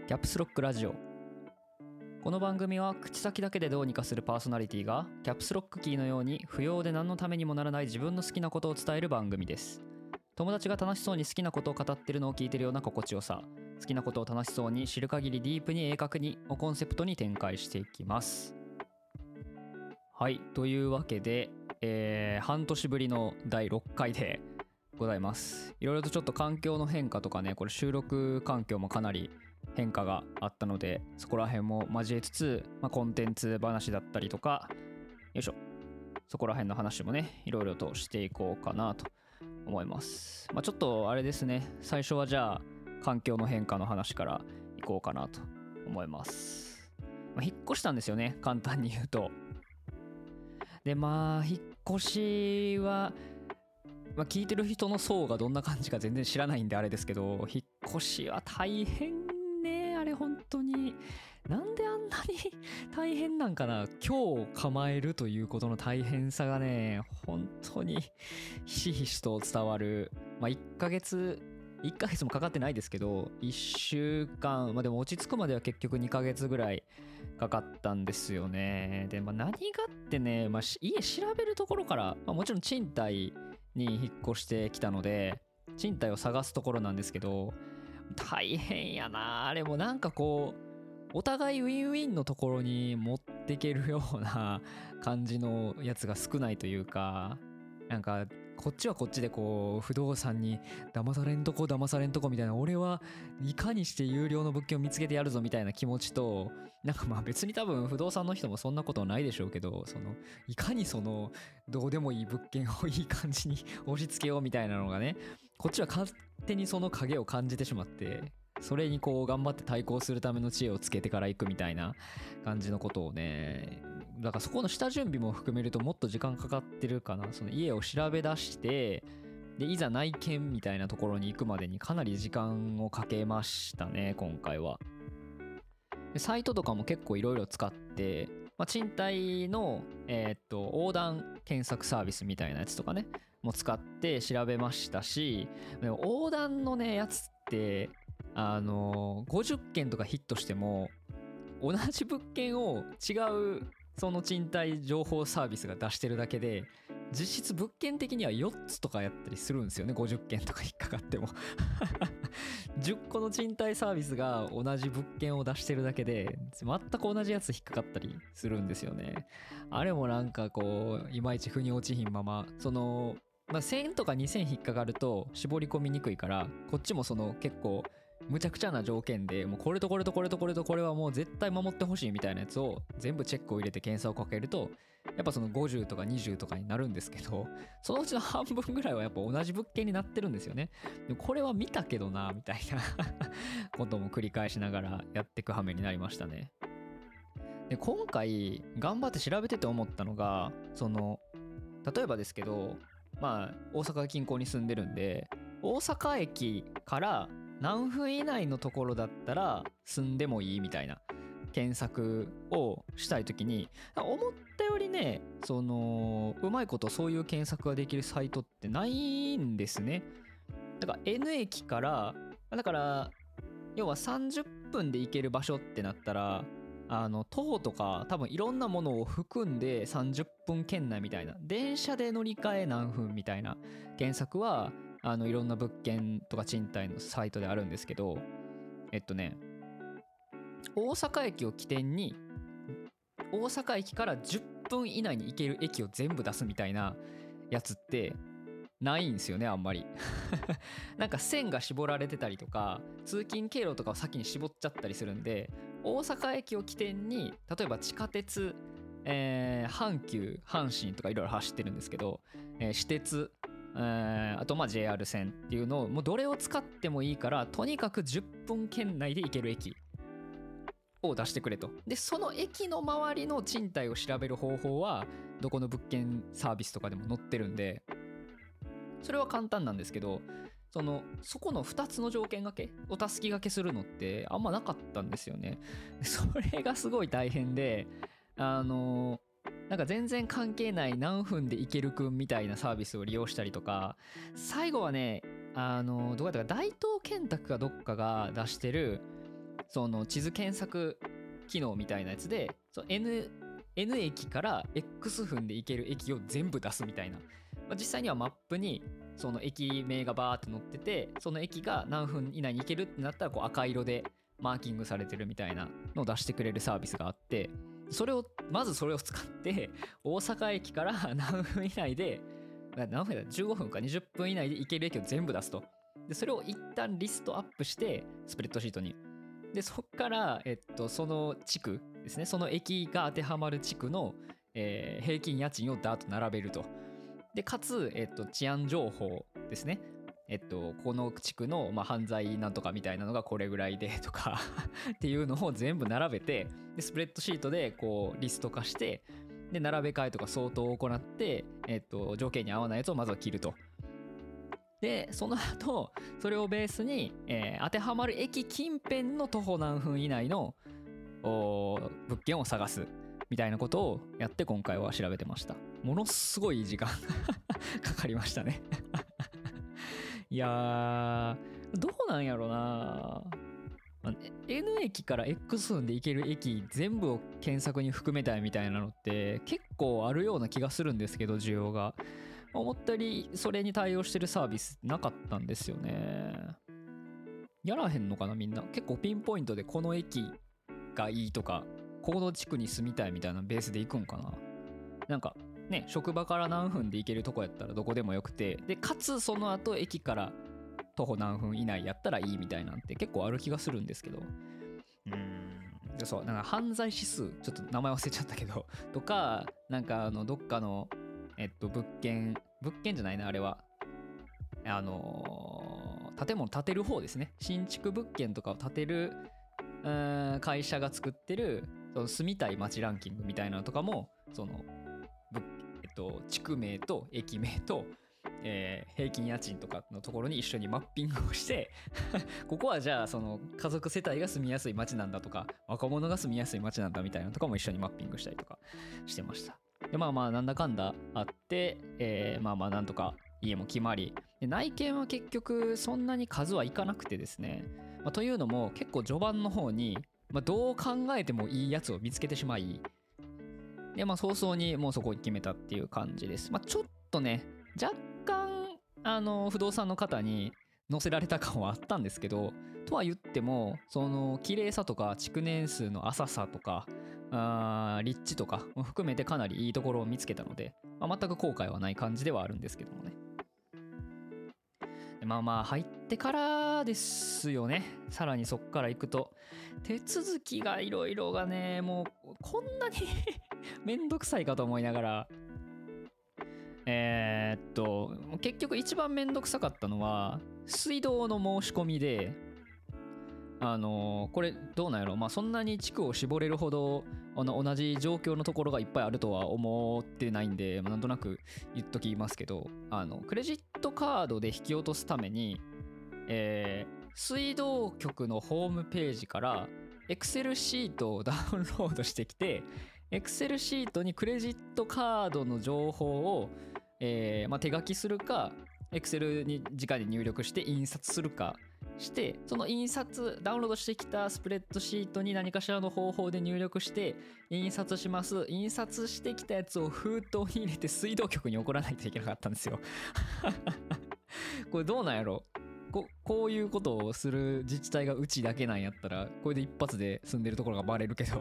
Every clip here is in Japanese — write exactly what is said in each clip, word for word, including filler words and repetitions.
キャプスロックラジオ。この番組は口先だけでどうにかするパーソナリティがキャプスロックキーのように不要で何のためにもならない自分の好きなことを伝える番組です。友達が楽しそうに好きなことを語ってるのを聞いてるような心地よさ、好きなことを楽しそうに知る限りディープに鋭角にをコンセプトに展開していきます。はい、というわけで、えー、半年ぶりのだいろっかいでございます。いろいろとちょっと環境の変化とかね、これ収録環境もかなり変化があったので、そこら辺も交えつつ、まあ、コンテンツ話だったりとか、よいしょ、そこら辺の話もね、いろいろとしていこうかなと思います。まあ、ちょっとあれですね、最初はじゃあ環境の変化の話からいこうかなと思います。まあ、引っ越したんですよね、簡単に言うと。でまあ引っ越しは、まあ、聞いてる人の層がどんな感じか全然知らないんであれですけど、引っ越しは大変ね。あれ本当になんであんなに大変なんかな。今日構えるということの大変さがね、本当にひしひしと伝わる。まあいっかげついっかげつもかかってないですけど、いっしゅうかん、まあでも落ち着くまでは結局にかげつぐらいかかったんですよね。で、まあ何がってね、まあ家調べるところから、まあ、もちろん賃貸に引っ越してきたので、賃貸を探すところなんですけど、大変やな。あれもなんかこう、お互いウィンウィンのところに持っていけるような感じのやつが少ないというか、なんかこっちはこっちでこう不動産に騙されんとこ騙されんとこみたいな、俺はいかにして有料の物件を見つけてやるぞみたいな気持ちと、なんかまあ別に多分不動産の人もそんなことないでしょうけど、そのいかにそのどうでもいい物件をいい感じに押し付けようみたいなのがね、こっちは勝手にその影を感じてしまって、それにこう頑張って対抗するための知恵をつけてから行くみたいな感じのことをね、だからそこの下準備も含めるともっと時間かかってるかな。その家を調べ出して、でいざ内見みたいなところに行くまでにかなり時間をかけましたね、今回は。でサイトとかも結構いろいろ使って、まあ、賃貸の、えー、っと横断検索サービスみたいなやつとかねも使って調べましたし、でも横断のねやつってあのごじゅっけんとかヒットしても同じ物件を違うその賃貸情報サービスが出してるだけで、実質物件的にはよっつとかやったりするんですよね。ごじゅっけんとか引っかかってもじゅっこの賃貸サービスが同じ物件を出してるだけで全く同じやつ引っかかったりするんですよね。あれもなんかこういまいち腑に落ちひんまま、そのまあせんとかにせん引っかかると絞り込みにくいから、こっちもその結構むちゃくちゃな条件でもうこれとこれとこれとこれとこれはもう絶対守ってほしいみたいなやつを全部チェックを入れて検査をかけると、やっぱそのごじゅうとかにじゅうとかになるんですけど、そのうちの半分ぐらいはやっぱ同じ物件になってるんですよね。でこれは見たけどなみたいなことも繰り返しながらやっていく羽目になりましたね。で今回頑張って調べてて思ったのが、その例えばですけど、まあ大阪近郊に住んでるんで、大阪駅から何分以内のところだったら住んでもいいみたいな検索をしたいときに、思ったよりね、そのうまいことそういう検索ができるサイトってないんですね。だから N 駅からだから要はさんじゅっぷんで行ける場所ってなったら、あの徒歩とか多分いろんなものを含んでさんじゅっぷん圏内みたいな、電車で乗り換え何分みたいな検索はあのいろんな物件とか賃貸のサイトであるんですけど、えっとね大阪駅を起点に大阪駅からじゅっぷん以内に行ける駅を全部出すみたいなやつってないんですよね、あんまりなんか線が絞られてたりとか通勤経路とかを先に絞っちゃったりするんで、大阪駅を起点に例えば地下鉄、えー、阪急阪神とかいろいろ走ってるんですけど、えー、私鉄、えー、あとまあ ジェイアール 線っていうのをもうどれを使ってもいいから、とにかくじゅっぷん圏内で行ける駅を出してくれと。でその駅の周りの賃貸を調べる方法はどこの物件サービスとかでも載ってるんで、それは簡単なんですけど、そのそこのふたつの条件掛けをたすき掛けするのってあんまなかったんですよね。それがすごい大変で、あのなんか全然関係ない何分で行けるくんみたいなサービスを利用したりとか、最後はね、あのどこやったか大東建託かどっかが出してるその地図検索機能みたいなやつで、その N, N 駅から X 分で行ける駅を全部出すみたいな、まあ、実際にはマップにその駅名がバーって載ってて、その駅が何分以内に行けるってなったらこう赤色でマーキングされてるみたいなのを出してくれるサービスがあって、それをまずそれを使って大阪駅から何分以内で何分だじゅうごふんかにじゅっぷん以内で行ける駅を全部出すと。でそれを一旦リストアップしてスプレッドシートに、でそっから、えっと、その地区ですね、その駅が当てはまる地区の、えー、平均家賃をダーッと並べると。でかつ、えっと、治安情報ですね、えっと、この地区の、まあ、犯罪なんとかみたいなのがこれぐらいでとかっていうのを全部並べて、でスプレッドシートでこうリスト化して、で並べ替えとか相当を行って、えっと、条件に合わないやつをまずは切ると。でその後それをベースに、えー、当てはまる駅近辺の徒歩何分以内の物件を探すみたいなことをやって今回は調べてました。ものすごい時間かかりましたねいやーどうなんやろな、N 駅から X 分で行ける駅全部を検索に含めたいみたいなのって結構あるような気がするんですけど、需要が思ったよりそれに対応してるサービスなかったんですよね。やらへんのかなみんな。結構ピンポイントでこの駅がいいとかこの地区に住みたいみたいなベースで行くんかな。なんかね、職場から何分で行けるとこやったらどこでもよくて、でかつその後駅から徒歩何分以内やったらいいみたいなんて結構ある気がするんですけど、うーんそうなんか犯罪指数ちょっと名前忘れちゃったけどとか、なんかあのどっかのえっと物件物件じゃないなあれはあのー、建物建てる方ですね、新築物件とかを建てるうーん会社が作ってるその住みたい街ランキングみたいなのとかもそのぶえっと地区名と駅名とえー、平均家賃とかのところに一緒にマッピングをしてここはじゃあその家族世帯が住みやすい街なんだとか若者が住みやすい街なんだみたいなのとかも一緒にマッピングしたりとかしてました。でまあまあなんだかんだあって、えー、まあまあなんとか家も決まり、で内見は結局そんなに数はいかなくてですね、まあ、というのも結構序盤の方に、まあ、どう考えてもいいやつを見つけてしまい、でまあ早々にもうそこを決めたっていう感じです。まあちょっとね若干あの不動産の方に載せられた感はあったんですけど、とは言ってもその綺麗さとか築年数の浅さとかあ立地とかも含めてかなりいいところを見つけたので、まあ、全く後悔はない感じではあるんですけどもね。でまあまあ入ってからですよね。さらにそっから行くと手続きがいろいろがね、もうこんなにめんどくさいかと思いながら、えー、っと結局一番めんどくさかったのは水道の申し込みで、あのー、これどうなんやろ、まあそんなに地区を絞れるほどあの同じ状況のところがいっぱいあるとは思ってないんで、まあ、なんとなく言っときますけど、あのクレジットカードで引き落とすために、えー、水道局のホームページからエクセルシートをダウンロードしてきて、エクセルシートにクレジットカードの情報をえーまあ、手書きするか Excel に直に入力して印刷するかして、その印刷ダウンロードしてきたスプレッドシートに何かしらの方法で入力して印刷します。印刷してきたやつを封筒に入れて水道局に送らないといけなかったんですよこれどうなんやろ、こ, こういうことをする自治体がうちだけなんやったらこれで一発で住んでるところがバレるけど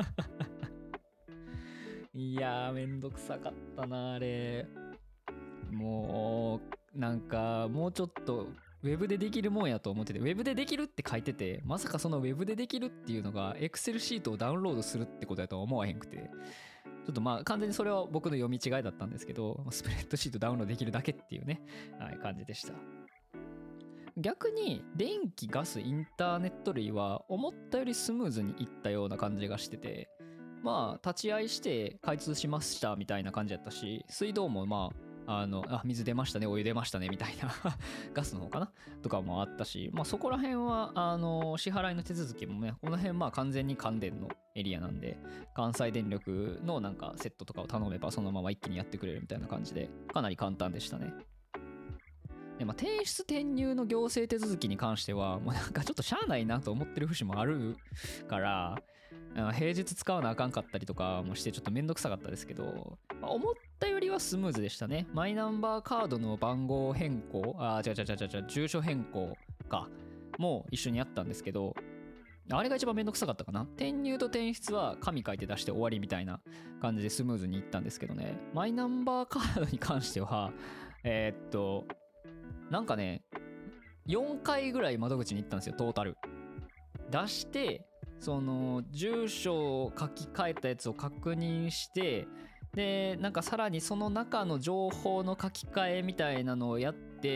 いやーめんどくさかったなあれ。もうなんかもうちょっとウェブでできるもんやと思ってて、ウェブでできるって書いてて、まさかそのウェブでできるっていうのが Excel シートをダウンロードするってことやとは思わへんくて、ちょっとまあ完全にそれは僕の読み違いだったんですけど、スプレッドシートダウンロードできるだけっていうね、はい、感じでした。逆に電気ガスインターネット類は思ったよりスムーズにいったような感じがしてて、まあ立ち会いして開通しましたみたいな感じやったし、水道もまああのあ水出ましたね、お湯出ましたねみたいなガスの方かなとかもあったし、まあそこら辺はあの支払いの手続きもね、この辺まあ完全に関電のエリアなんで、関西電力のなんかセットとかを頼めばそのまま一気にやってくれるみたいな感じで、かなり簡単でしたね。 で、まあ、転出転入の行政手続きに関してはもうなんかちょっとしゃあないなと思ってる節もあるから、平日使わなあかんかったりとかもしてちょっとめんどくさかったですけど、まあ、思ったよりはスムーズでしたね。マイナンバーカードの番号変更、あ、違う違う違う違う、住所変更かも一緒にやったんですけど、あれが一番めんどくさかったかな。転入と転出は紙書いて出して終わりみたいな感じでスムーズにいったんですけどね、マイナンバーカードに関してはえー、っとなんかねよんかいぐらい窓口に行ったんですよ、トータル出して。その住所を書き換えたやつを確認して、でなんかさらにその中の情報の書き換えみたいなのをやって、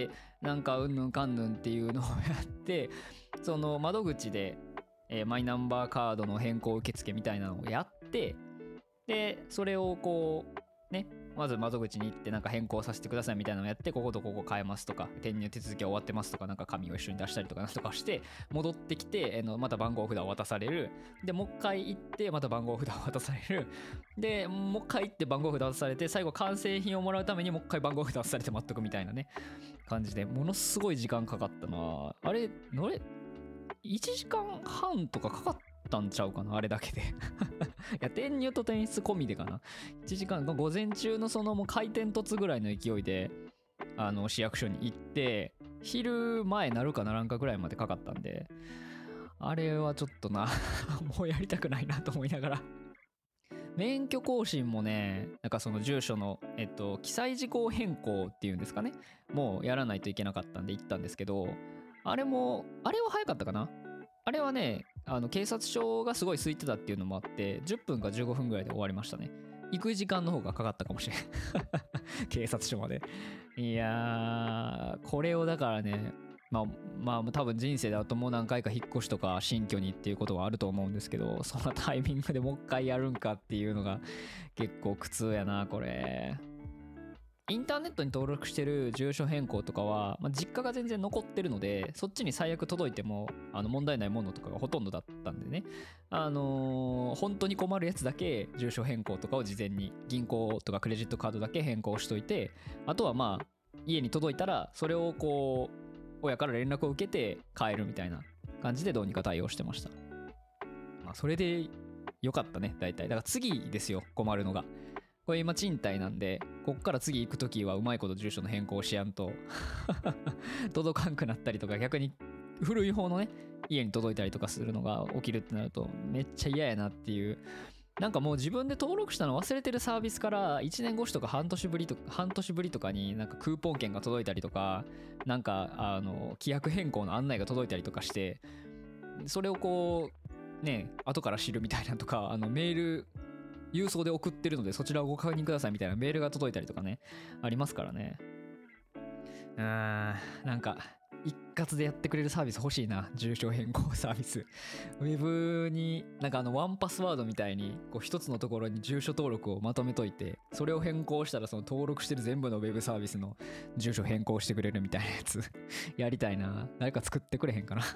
なんかうんぬんかんぬんっていうのをやって、その窓口で、えー、マイナンバーカードの変更受付みたいなのをやって、でそれをこうね、まず窓口に行ってなんか変更させてくださいみたいなのをやって、こことここ変えますとか、転入手続きは終わってますとか、なんか紙を一緒に出したりとかなんとかして戻ってきて、えのまた番号札を渡される。でもう一回行ってまた番号札を渡される。でもう一回行って番号札渡されて、最後完成品をもらうためにもう一回番号札渡されて待っとくみたいなね感じで、ものすごい時間かかったなあれ。のれいちじかんはんとかかかったんちゃうかな、あれだけでいや転入と転出込みでかな、いちじかん、午前中のそのもう開店突ぐらいの勢いであの市役所に行って、昼前なるかならんかぐらいまでかかったんで、あれはちょっとなもうやりたくないなと思いながら免許更新もね、なんかその住所のえっと記載事項変更っていうんですかね、もうやらないといけなかったんで行ったんですけど、あれもあれは早かったかな。あれはね、あの警察署がすごい空いてたっていうのもあってじゅっぷんかじゅうごふんぐらいで終わりましたね。行く時間の方がかかったかもしれん警察署まで。いやー、これをだからね、まあまあ多分人生であともう何回か引っ越しとか新居にっていうことはあると思うんですけど、そのタイミングでもう一回やるんかっていうのが結構苦痛やなこれ。インターネットに登録してる住所変更とかは、まあ、実家が全然残ってるので、そっちに最悪届いてもあの問題ないものとかがほとんどだったんでね、あのー、本当に困るやつだけ住所変更とかを事前に銀行とかクレジットカードだけ変更しといて、あとはまあ家に届いたらそれをこう親から連絡を受けて変えるみたいな感じでどうにか対応してました。まあそれでよかったね大体。だから次ですよ困るのが。これ今賃貸なんで、こっから次行くときはうまいこと住所の変更しやんと届かんくなったりとか、逆に古い方のね家に届いたりとかするのが起きるってなるとめっちゃ嫌やなっていう。なんかもう自分で登録したの忘れてるサービスからいちねん越しとか半年ぶりとか半年ぶりとかになんかクーポン券が届いたりとか、なんかあの規約変更の案内が届いたりとかして、それをこうね後から知るみたいなとか、あのメール郵送で送ってるのでそちらをご確認くださいみたいなメールが届いたりとかねありますからね。うーん、なんか一括でやってくれるサービス欲しいな、住所変更サービス。ウェブになんかあのワンパスワードみたいにこう一つのところに住所登録をまとめといて、それを変更したらその登録してる全部のウェブサービスの住所変更してくれるみたいなやつやりたいな。誰か作ってくれへんかな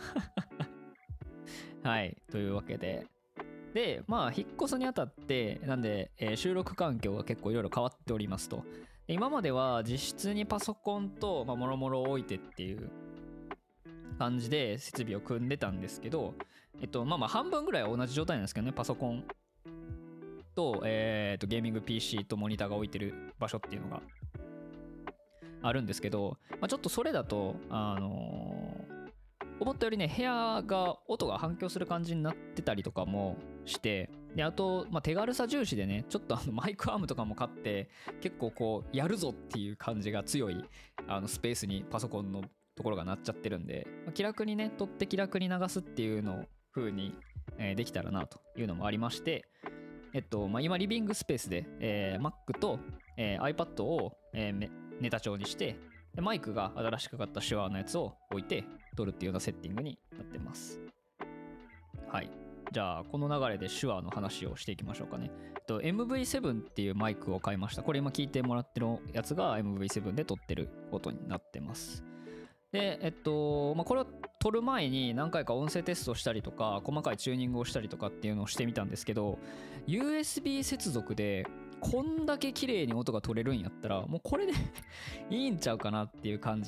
はい、というわけででまあ引っ越すにあたってなんで、えー、収録環境が結構いろいろ変わっておりますと。今までは実質にパソコンとまあもろもろ置いてっていう感じで設備を組んでたんですけど、えっとまあまあ半分ぐらいは同じ状態なんですけどね、パソコンと、えー、っとゲーミング ピーシー とモニターが置いてる場所っていうのがあるんですけど、まあ、ちょっとそれだとあのー思ったよりね部屋が音が反響する感じになってたりとかもして、であと、まあ、手軽さ重視でねちょっとあのマイクアームとかも買って結構こうやるぞっていう感じが強いあのスペースにパソコンのところがなっちゃってるんで、まあ、気楽にね撮って気楽に流すっていうの風に、えー、できたらなというのもありまして、えっとまあ、今リビングスペースで、えー、Mac と、えー、iPad を、えー、ネタ帳にしてでマイクが新しく買った手話のやつを置いて撮るっていうようなセッティングになってます。はい、じゃあこの流れで手話の話をしていきましょうかね。と エムブイセブン っていうマイクを買いました。これ今聞いてもらってるやつが エムブイセブン で撮ってることになってます。でえっとまあこれを撮る前に何回か音声テストしたりとか細かいチューニングをしたりとかっていうのをしてみたんですけど、 ユーエスビー 接続でこんだけ綺麗に音が取れるんやったらもうこれでいいんちゃうかなっていう感じが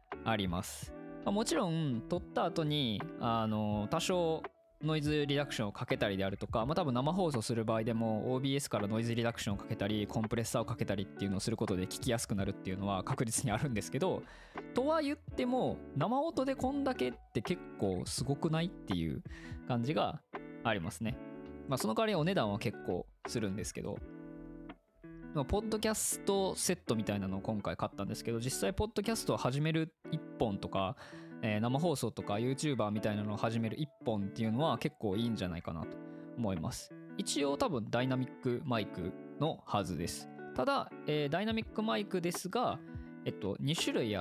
あります。まあ、もちろん撮った後にあの多少ノイズリダクションをかけたりであるとか、まあ、多分生放送する場合でも オービーエス からノイズリダクションをかけたりコンプレッサーをかけたりっていうのをすることで聞きやすくなるっていうのは確実にあるんですけど、とは言っても生音でこんだけって結構すごくないっていう感じがありますね。まあその代わりお値段は結構するんですけど、ポッドキャストセットみたいなのを今回買ったんですけど、実際ポッドキャストを始めるいっぽんとか、えー、生放送とか YouTuber みたいなのを始めるいっぽんっていうのは結構いいんじゃないかなと思います。一応多分ダイナミックマイクのはずです。ただ、えー、ダイナミックマイクですが、えっと、に種類あって、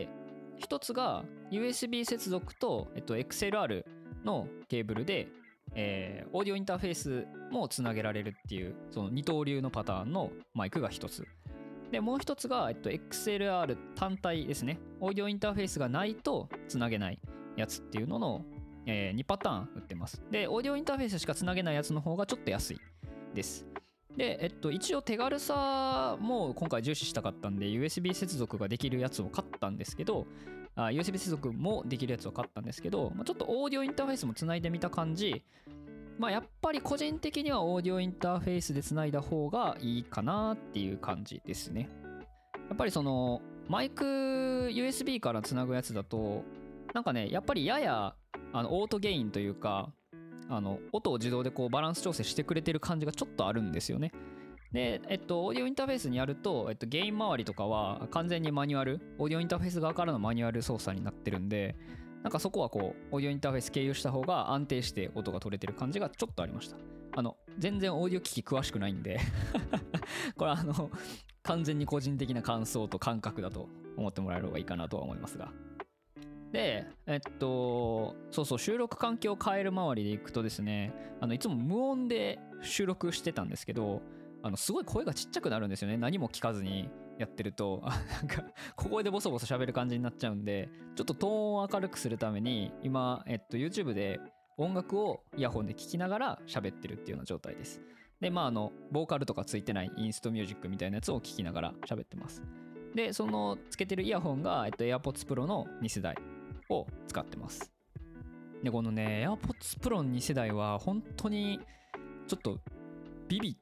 ひとつが ユーエスビー 接続と、えっと、エックスエルアール のケーブルで、えー、オーディオインターフェースもつなげられるっていうその二刀流のパターンのマイクがひとつで、もうひとつが、えっと、エックスエルアール 単体ですね。オーディオインターフェースがないとつなげないやつっていうのの、えー、にパターン売ってます。で、オーディオインターフェースしかつなげないやつの方がちょっと安いです。で、えっと、一応手軽さも今回重視したかったんで ユーエスビー 接続ができるやつを買ったんですけど、あ ユーエスビー 接続もできるやつを買ったんですけど、まあ、ちょっとオーディオインターフェースもつないでみた感じ、まあ、やっぱり個人的にはオーディオインターフェースでつないだ方がいいかなっていう感じですね。やっぱりそのマイク ユーエスビー からつなぐやつだとなんかね、やっぱりややあのオートゲインというか、あの音を自動でこうバランス調整してくれてる感じがちょっとあるんですよね。で、えっと、オーディオインターフェースにやると、えっと、ゲイン周りとかは完全にマニュアル、オーディオインターフェース側からのマニュアル操作になってるんで、なんかそこはこう、オーディオインターフェース経由した方が安定して音が取れてる感じがちょっとありました。あの、全然オーディオ機器詳しくないんでこれはあの、完全に個人的な感想と感覚だと思ってもらえる方がいいかなとは思いますが。で、えっと、そうそう、収録環境を変える周りでいくとですね、あのいつも無音で収録してたんですけど、あのすごい声がちっちゃくなるんですよね。何も聞かずにやってると、あ、なんか小声でボソボソ喋る感じになっちゃうんで、ちょっとトーンを明るくするために今、えっと、YouTube で音楽をイヤホンで聴きながら喋ってるっていうような状態です。で、まああのボーカルとかついてないインストミュージックみたいなやつを聴きながら喋ってます。で、そのつけてるイヤホンが、えっと、AirPods Pro のに世代を使ってます。で、このね AirPods Pro に世代は本当にちょっとビビって、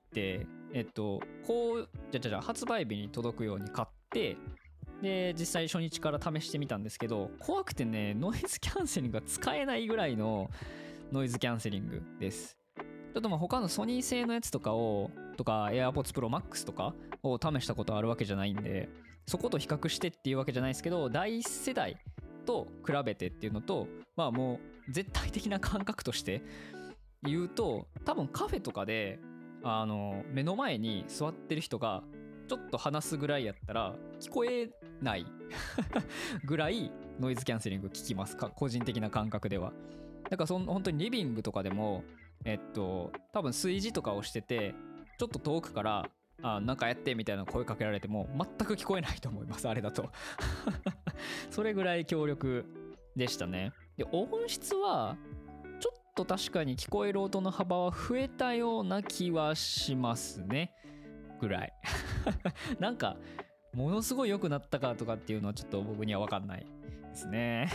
えっとこうじゃじゃじゃ発売日に届くように買って、で実際初日から試してみたんですけど、怖くてね、ノイズキャンセリングが使えないぐらいのノイズキャンセリングです。ちょっとまあ他のソニー製のやつとかをとか AirPods Pro Max とかを試したことあるわけじゃないんで、そこと比較してっていうわけじゃないですけど、第一世代と比べてっていうのと、まあもう絶対的な感覚として言うと、多分カフェとかであの目の前に座ってる人がちょっと話すぐらいやったら聞こえないぐらいノイズキャンセリング聞きますか、個人的な感覚では。だからその本当にリビングとかでもえっと多分炊事とかをしてて、ちょっと遠くからあなんかやってみたいな声かけられても全く聞こえないと思います、あれだとそれぐらい強力でしたね。で、音質はちょっと確かに聞こえる音の幅は増えたような気はしますねぐらいなんかものすごい良くなったかとかっていうのはちょっと僕には分かんないですね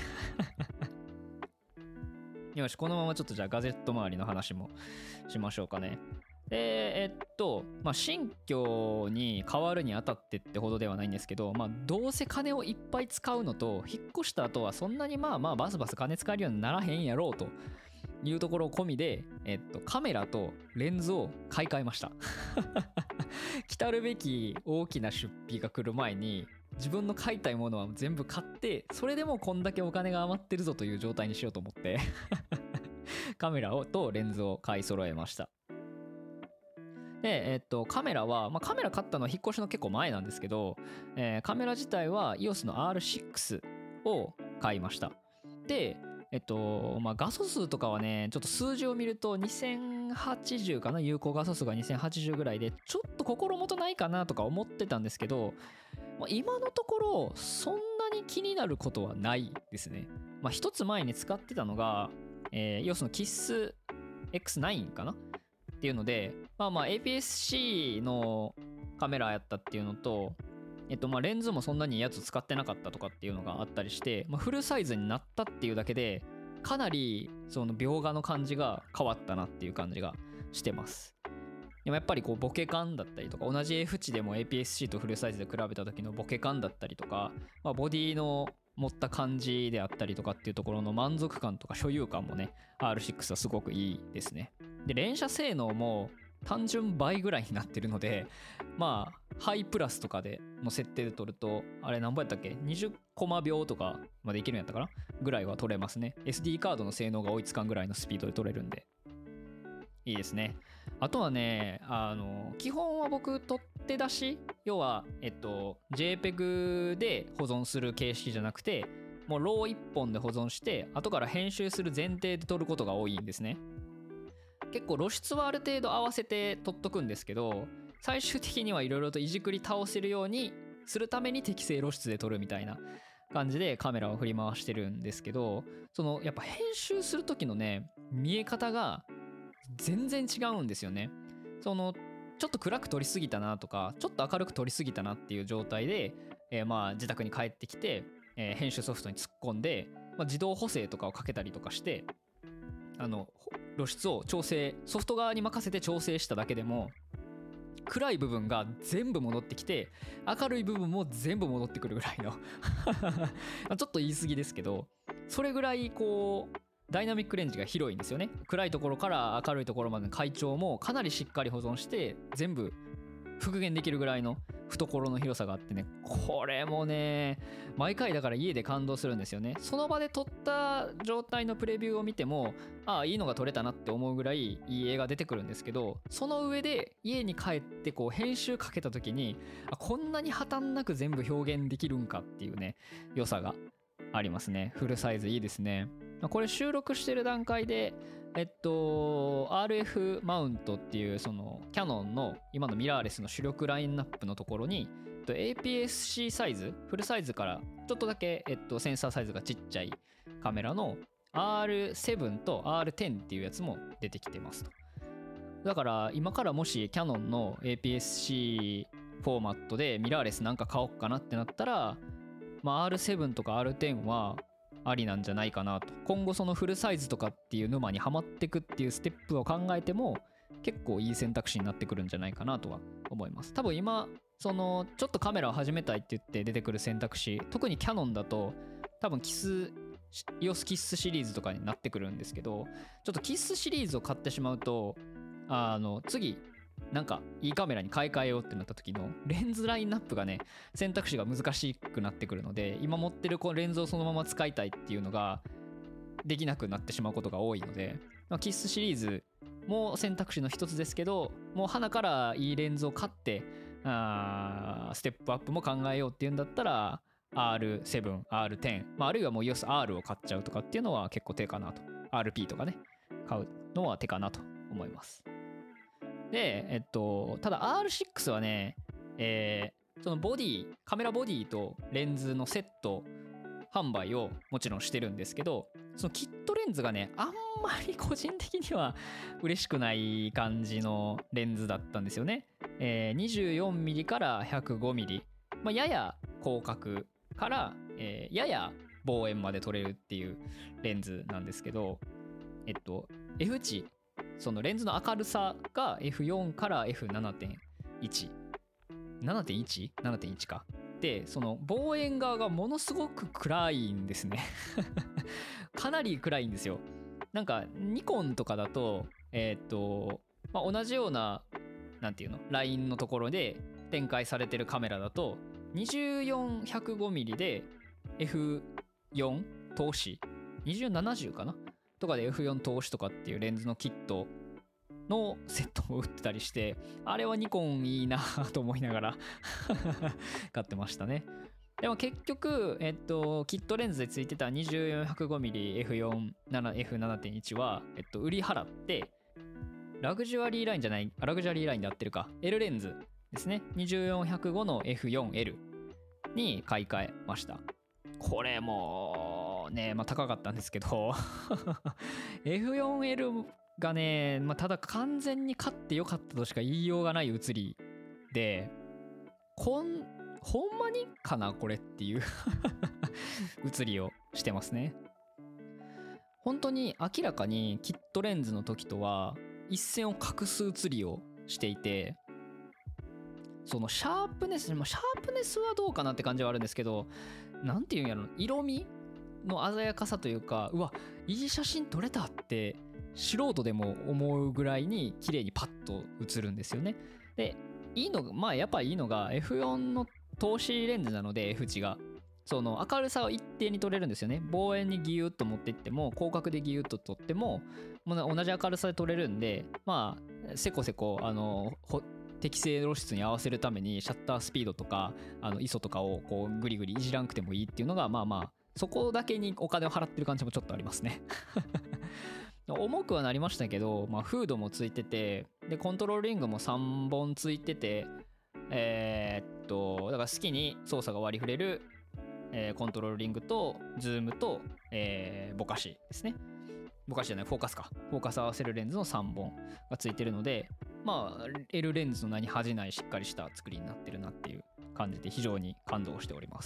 よし、このままちょっとじゃあガジェット周りの話もしましょうかね。で、えっと、まあ、新居に変わるにあたってってほどではないんですけど、まあ、どうせ金をいっぱい使うのと、引っ越した後はそんなにまあまあバスバス金使えるようにならへんやろうというところ込みで、えっと、カメラとレンズを買い替えました来たるべき大きな出費が来る前に自分の買いたいものは全部買って、それでもこんだけお金が余ってるぞという状態にしようと思ってカメラをとレンズを買い揃えました。で、えっと、カメラは、まあ、カメラ買ったのは引っ越しの結構前なんですけど、えー、カメラ自体は イーオーエス の アールシックス を買いました。で、えっと、まあ、画素数とかはね、ちょっと数字を見るとにせんはちじゅうかな、有効画素数がにせんはちじゅうぐらいで、ちょっと心もとないかなとか思ってたんですけど、まあ、今のところそんなに気になることはないですね。まあ、一つ前に使ってたのが、えー、イーオーエス の キッスエックスナイン かなっていうので、まあまあ エーピーエスシー のカメラやったっていうのと、 えっとまあレンズもそんなにいいやつ使ってなかったとかっていうのがあったりして、まあ、フルサイズになったっていうだけでかなりその描画の感じが変わったなっていう感じがしてます。でもやっぱりこうボケ感だったりとか、同じ F 値でも エーピーエスシー とフルサイズで比べた時のボケ感だったりとか、まあ、ボディの持った感じであったりとかっていうところの満足感とか所有感もね アールシックス はすごくいいですね。で連射性能も単純倍ぐらいになってるので、まあハイプラスとかでの設定で撮るとあれ何倍やったっけ、にじゅうコマ秒とかまでいけるんやったかなぐらいは撮れますね。 エスディー カードの性能が追いつかんぐらいのスピードで撮れるんでいいですね。あとはね、あの基本は僕取って出し、要はえっと JPEG で保存する形式じゃなくて、もうローいっぽんで保存して後から編集する前提で撮ることが多いんですね。結構露出はある程度合わせて撮っとくんですけど、最終的にはいろいろといじくり倒せるようにするために適正露出で撮るみたいな感じでカメラを振り回してるんですけど、そのやっぱ編集する時のね見え方が全然違うんですよね。そのちょっと暗く撮りすぎたなとかちょっと明るく撮りすぎたなっていう状態で、えー、まあ自宅に帰ってきて、えー、編集ソフトに突っ込んで、まあ、自動補正とかをかけたりとかしてあの露出を調整、ソフト側に任せて調整しただけでも暗い部分が全部戻ってきて明るい部分も全部戻ってくるぐらいのちょっと言い過ぎですけど、それぐらいこうダイナミックレンジが広いんですよね。暗いところから明るいところまでの階調もかなりしっかり保存して全部復元できるぐらいの懐の広さがあってね、これもね毎回だから家で感動するんですよね。その場で撮った状態のプレビューを見てもああいいのが撮れたなって思うぐらいいい映画出てくるんですけど、その上で家に帰ってこう編集かけた時にあこんなに破綻なく全部表現できるんかっていうね良さがありますね。フルサイズいいですね。これ収録してる段階でえっと アールエフ マウントっていうそのキヤノンの今のミラーレスの主力ラインナップのところに エーピーエスシー サイズ、フルサイズからちょっとだけえっとセンサーサイズがちっちゃいカメラの アールセブン と アールテン っていうやつも出てきてますと。だから今からもしキヤノンの エーピーエスシー フォーマットでミラーレスなんか買おうかなってなったら、まあ、アールセブン とか アールテン はありなんじゃないかなと。今後そのフルサイズとかっていう沼にはまってくっていうステップを考えても結構いい選択肢になってくるんじゃないかなとは思います。多分今そのちょっとカメラを始めたいって言って出てくる選択肢、特にキヤノンだと多分キスイオスキッスシリーズとかになってくるんですけど、ちょっとキッスシリーズを買ってしまうとあの次なんかいいカメラに買い替えようってなった時のレンズラインナップがね選択肢が難しくなってくるので、今持ってるこのレンズをそのまま使いたいっていうのができなくなってしまうことが多いので、まあ、キッスシリーズも選択肢の一つですけど、もう鼻からいいレンズを買ってあステップアップも考えようっていうんだったら アールセブン、アールテン、まあ、あるいはもう イーオーエスアール を買っちゃうとかっていうのは結構手かなと。 アールピー とかね買うのは手かなと思います。でえっとただ アールシックス はね、えー、そのボディカメラボディとレンズのセット販売をもちろんしてるんですけど、そのキットレンズがねあんまり個人的には嬉しくない感じのレンズだったんですよね。えー、にじゅうよんミリ から ひゃくごミリ、まあ、やや広角から、えー、やや望遠まで撮れるっていうレンズなんですけど、えっと F 値、そのレンズの明るさが エフフォー から エフななてんいち ななてんいち ななてんいち かで、その望遠側がものすごく暗いんですねかなり暗いんですよ。なんかニコンとかだとえー、っと、まあ、同じようななんていうのラインのところで展開されてるカメラだとにじゅうよん、ひゃくごミリ で エフよん 投資にじゅうななじゅうかなとかで エフよん 投資とかっていうレンズのキットのセットを売ってたりして、あれはニコンいいなと思いながら買ってましたね。でも結局、えっと、キットレンズでついてた にじゅうよん、ひゃくごミリ、エフよん、エフななてんいち は、えっと、売り払ってラグジュアリーラインじゃないラグジュアリーラインで合ってるか L レンズですね、にじゅうよん、ひゃくごの エフよんエル に買い替えました。これもね、まあ、高かったんですけどエフよんエル がね、まあ、ただ完全に買ってよかったとしか言いようがない写りで、こんほんまにかなこれっていう写りをしてますね。本当に明らかにキットレンズの時とは一線を画す写りをしていて、そのシャープネス、シャープネスはどうかなって感じはあるんですけど、なんていうんやろ、色味の鮮やかさというか、うわいい写真撮れたって素人でも思うぐらいに綺麗にパッと写るんですよね。でいいのが、まあやっぱいいのが エフフォン の透視レンズなので F 値がその明るさを一定に撮れるんですよね。望遠にギュッと持っていっても広角でギュッと撮っても同じ明るさで撮れるんで、まあせこせこあの適正露出に合わせるためにシャッタースピードとかあの アイエスオ とかをこうグリグリいじらんくてもいいっていうのが、まあまあそこだけにお金を払ってる感じもちょっとありますね重くはなりましたけど、まあ、フードもついてて、でコントロールリングもさんぼんついてて、えー、っとだから好きに操作が割り振れる、えー、コントロールリングとズームと、えー、ぼかしですね。ぼかしじゃない、フォーカスか。フォーカス合わせるレンズのさんぼんがついてるので、まあ L レンズの名に恥じないしっかりした作りになってるなっていう感じで非常に感動しております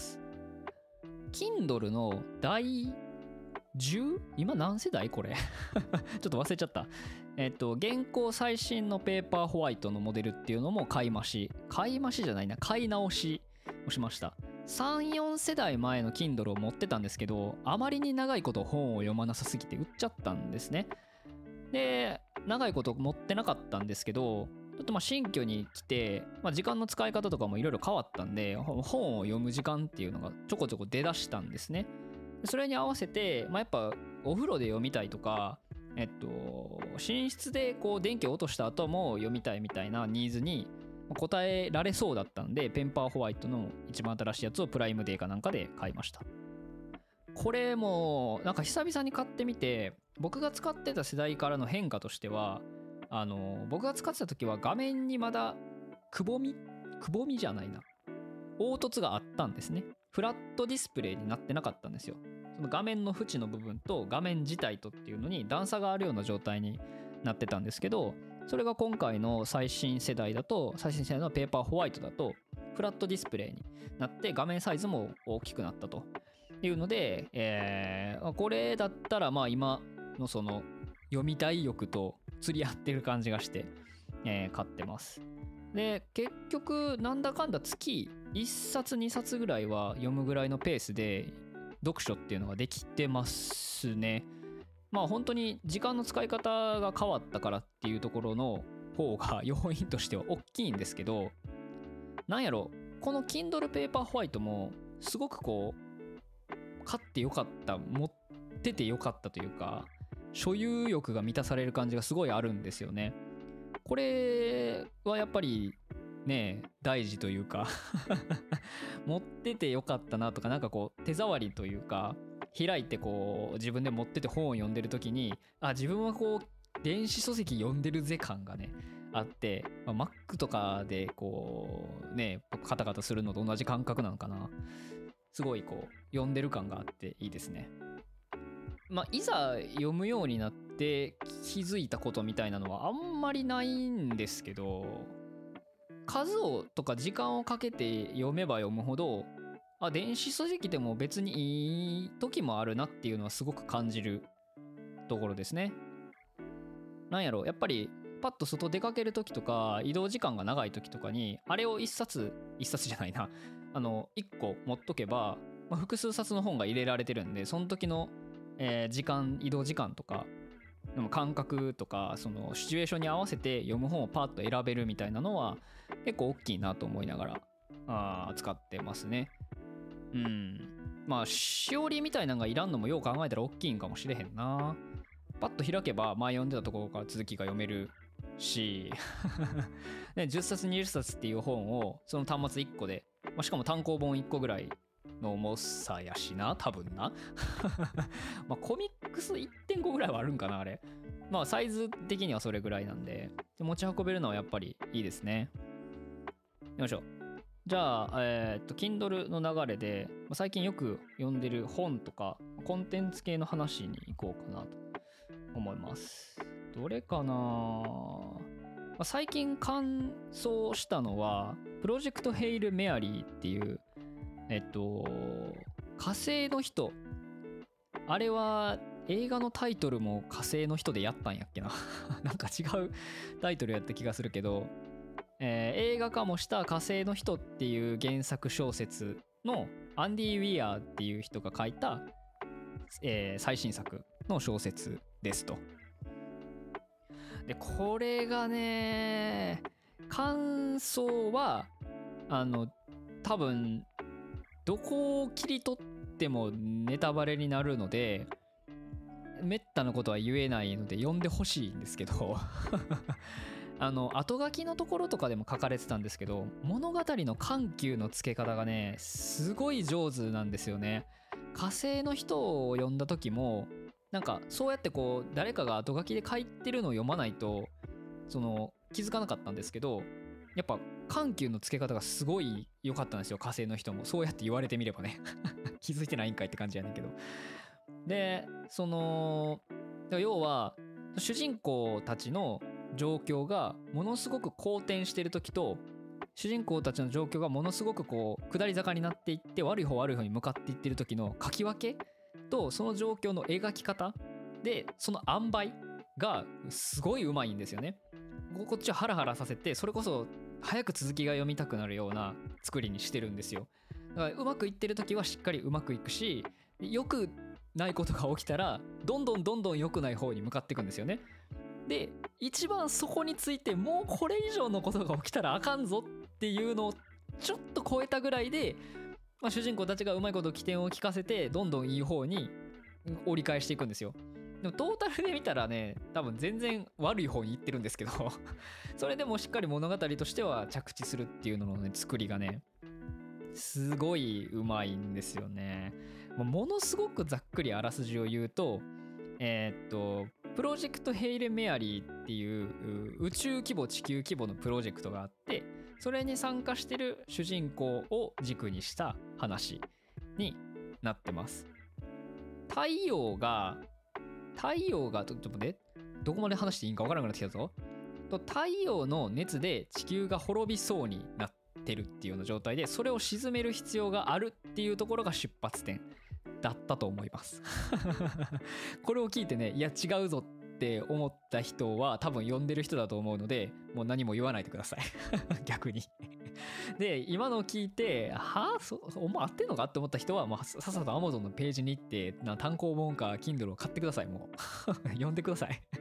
。Kindle の第じゅう？ 今何世代これちょっと忘れちゃった。えっと現行最新のペーパーホワイトのモデルっていうのも買い増し買い増しじゃないな買い直しをしました。さん、よん世代前の Kindle を持ってたんですけど、あまりに長いこと本を読まなさすぎて売っちゃったんですね。で長いこと持ってなかったんですけど、ちょっとまあ新居に来て、まあ、時間の使い方とかもいろいろ変わったんで、本を読む時間っていうのがちょこちょこ出だしたんですね。それに合わせて、まあ、やっぱお風呂で読みたいとか、えっと寝室でこう電気を落とした後も読みたいみたいなニーズに応えられそうだったんで、ペンパーホワイトの一番新しいやつをプライムデーかなんかで買いました。これもなんか久々に買ってみて、僕が使ってた世代からの変化としては、あの僕が使ってた時は画面にまだくぼみくぼみじゃないな凹凸があったんですね。フラットディスプレイになってなかったんですよ。その画面の縁の部分と画面自体とっていうのに段差があるような状態になってたんですけど、それが今回の最新世代だと、最新世代のペーパーホワイトだとフラットディスプレイになって画面サイズも大きくなったというので、えー、これだったらまあ今のその読みたい欲と釣り合ってる感じがして、えー、買ってます。で結局なんだかんだ月いっさつにさつぐらいは読むぐらいのペースで読書っていうのができてますね。まあ本当に時間の使い方が変わったからっていうところの方が要因としては大きいんですけど、なんやろ、この Kindle Paper White もすごくこう買ってよかった、持っててよかったというか、所有欲が満たされる感じがすごいあるんですよね。これはやっぱりね大事というか持っててよかったなとか、なんかこう手触りというか、開いてこう自分で持ってて本を読んでる時に、あ自分はこう電子書籍読んでるぜ感がねあって、まあ、Mac とかでこうねカタカタするのと同じ感覚なのかな。すごいこう読んでる感があっていいですね。まあいざ読むようになって気づいたことみたいなのはあんまりないんですけど、数をとか時間をかけて読めば読むほど、あ電子書籍でも別にいい時もあるなっていうのはすごく感じるところですね。なんやろ、やっぱりパッと外出かける時とか移動時間が長い時とかにあれを一冊一冊じゃないなあの一個持っとけば、まあ、複数冊の本が入れられてるんで、その時の、えー時間移動時間とか感覚とかそのシチュエーションに合わせて読む本をパッと選べるみたいなのは結構大きいなと思いながらあ使ってますね。うん、まあしおりみたいなのがいらんのもよう考えたら大きいんかもしれへんな。パッと開けば前読んでたところから続きが読めるしね、じゅっさつにじゅっさつっていう本をその端末いっこで、まあ、しかも単行本いっこぐらいの重さやしな多分なまあコミックス いってんご ぐらいはあるんかなあれ。まあサイズ的にはそれぐらいなんで、で持ち運べるのはやっぱりいいですね。よいしょ。じゃあ、えー、っと Kindle の流れで最近よく読んでる本とかコンテンツ系の話に行こうかなと思います。どれかな。最近感想したのはプロジェクトヘイル・メアリーっていうえっと火星の人、あれは映画のタイトルも火星の人でやったんやっけななんか違うタイトルやった気がするけど、えー映画化もした火星の人っていう原作小説のアンディ・ウィアーっていう人が書いた、えー最新作の小説ですと。でこれがね、感想はあの多分どこを切り取ってもネタバレになるのでめったなことは言えないので読んでほしいんですけどあの後書きのところとかでも書かれてたんですけど、物語の緩急のつけ方がねすごい上手なんですよね。火星の人を読んだ時もなんかそうやってこう誰かが後書きで書いてるのを読まないとその気づかなかったんですけど、やっぱ緩急のつけ方がすごい良かったんですよ。火星の人もそうやって言われてみればね気づいてないんかいって感じやねんけど。でその要は主人公たちの状況がものすごく好転してる時と、主人公たちの状況がものすごくこう下り坂になっていって悪い方悪い方に向かっていってる時の書き分けとその状況の描き方でその塩梅がすごいうまいんですよね。こっちをハラハラさせて、それこそ早く続きが読みたくなるような作りにしてるんですよ。だからうまくいってる時はしっかりうまくいくし、よくないことが起きたらどんどんどんどん良くない方に向かっていくんですよね。で一番そこについてもうこれ以上のことが起きたらあかんぞっていうのをちょっと超えたぐらいで、まあ、主人公たちがうまいこと起点を利かせてどんどんいい方に折り返していくんですよ。でもトータルで見たらね多分全然悪い方に行ってるんですけどそれでもしっかり物語としては着地するっていうののね作りがねすごいうまいんですよね。ものすごくざっくりあらすじを言うと、えー、っとプロジェクトヘイレ・メアリーっていう宇宙規模地球規模のプロジェクトがあって、それに参加してる主人公を軸にした話になってます。太陽が太陽がちょっと待ってどこまで話していいんか分からなくなってきたぞ。と太陽の熱で地球が滅びそうになってるっていうような状態で、それを鎮める必要があるっていうところが出発点だったと思いますこれを聞いてね、いや違うぞって思った人は多分読んでる人だと思うのでもう何も言わないでください逆にで今のを聞いてはぁ、そお前合ってんのかって思った人はもうさっさと Amazon のページに行ってな単行本か Kindle を買ってください。もう読んでください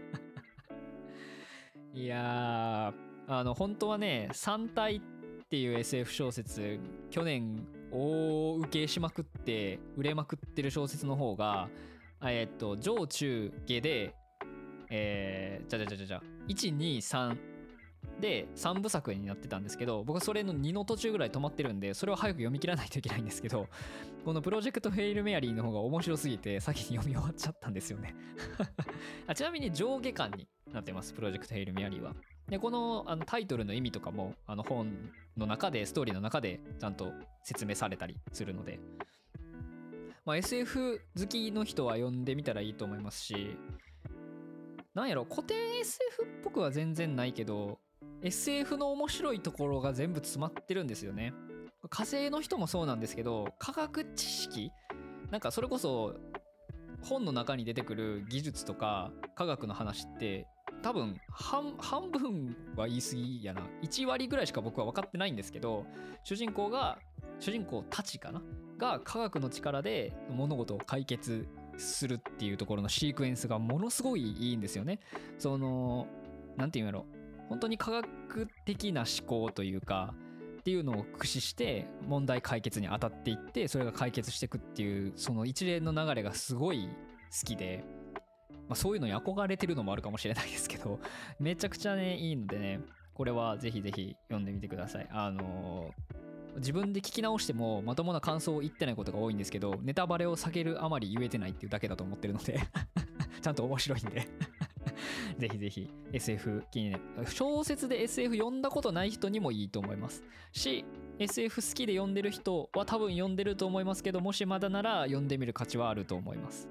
いやーあの本当はねさん体っていう エスエフ 小説去年大受けしまくって売れまくってる小説の方がえっと上中下でえー、じゃじゃじゃじゃじゃいちにさんでさんぶさくになってたんですけど、僕はそれのにの途中ぐらい止まってるんでそれを早く読み切らないといけないんですけど、このプロジェクトヘイル・メアリーの方が面白すぎて先に読み終わっちゃったんですよねあちなみに上下巻になってます、プロジェクトヘイル・メアリーは。でこの、あのタイトルの意味とかもあの本の中でストーリーの中でちゃんと説明されたりするので、まあ、エスエフ 好きの人は読んでみたらいいと思いますし、なんやろ古典 エスエフ っぽくは全然ないけど エスエフ の面白いところが全部詰まってるんですよね。火星の人もそうなんですけど、科学知識なんかそれこそ本の中に出てくる技術とか科学の話って多分 半, 半分は言い過ぎやな、いち割ぐらいしか僕は分かってないんですけど、主人公が主人公たちかなが科学の力で物事を解決するっていうところのシークエンスがものすごいいいんですよね。そのなんていうんやろ、本当に科学的な思考というかっていうのを駆使して問題解決に当たっていって、それが解決していくっていうその一連の流れがすごい好きで、まあ、そういうのに憧れてるのもあるかもしれないですけどめちゃくちゃねいいのでね、これはぜひぜひ読んでみてください。あのー、自分で聞き直してもまともな感想を言ってないことが多いんですけど、ネタバレを避けるあまり言えてないっていうだけだと思ってるのでちゃんと面白いんでぜひぜひ エスエフ 気になる小説で エスエフ 読んだことない人にもいいと思いますし、 エスエフ 好きで読んでる人は多分読んでると思いますけど、もしまだなら読んでみる価値はあると思います。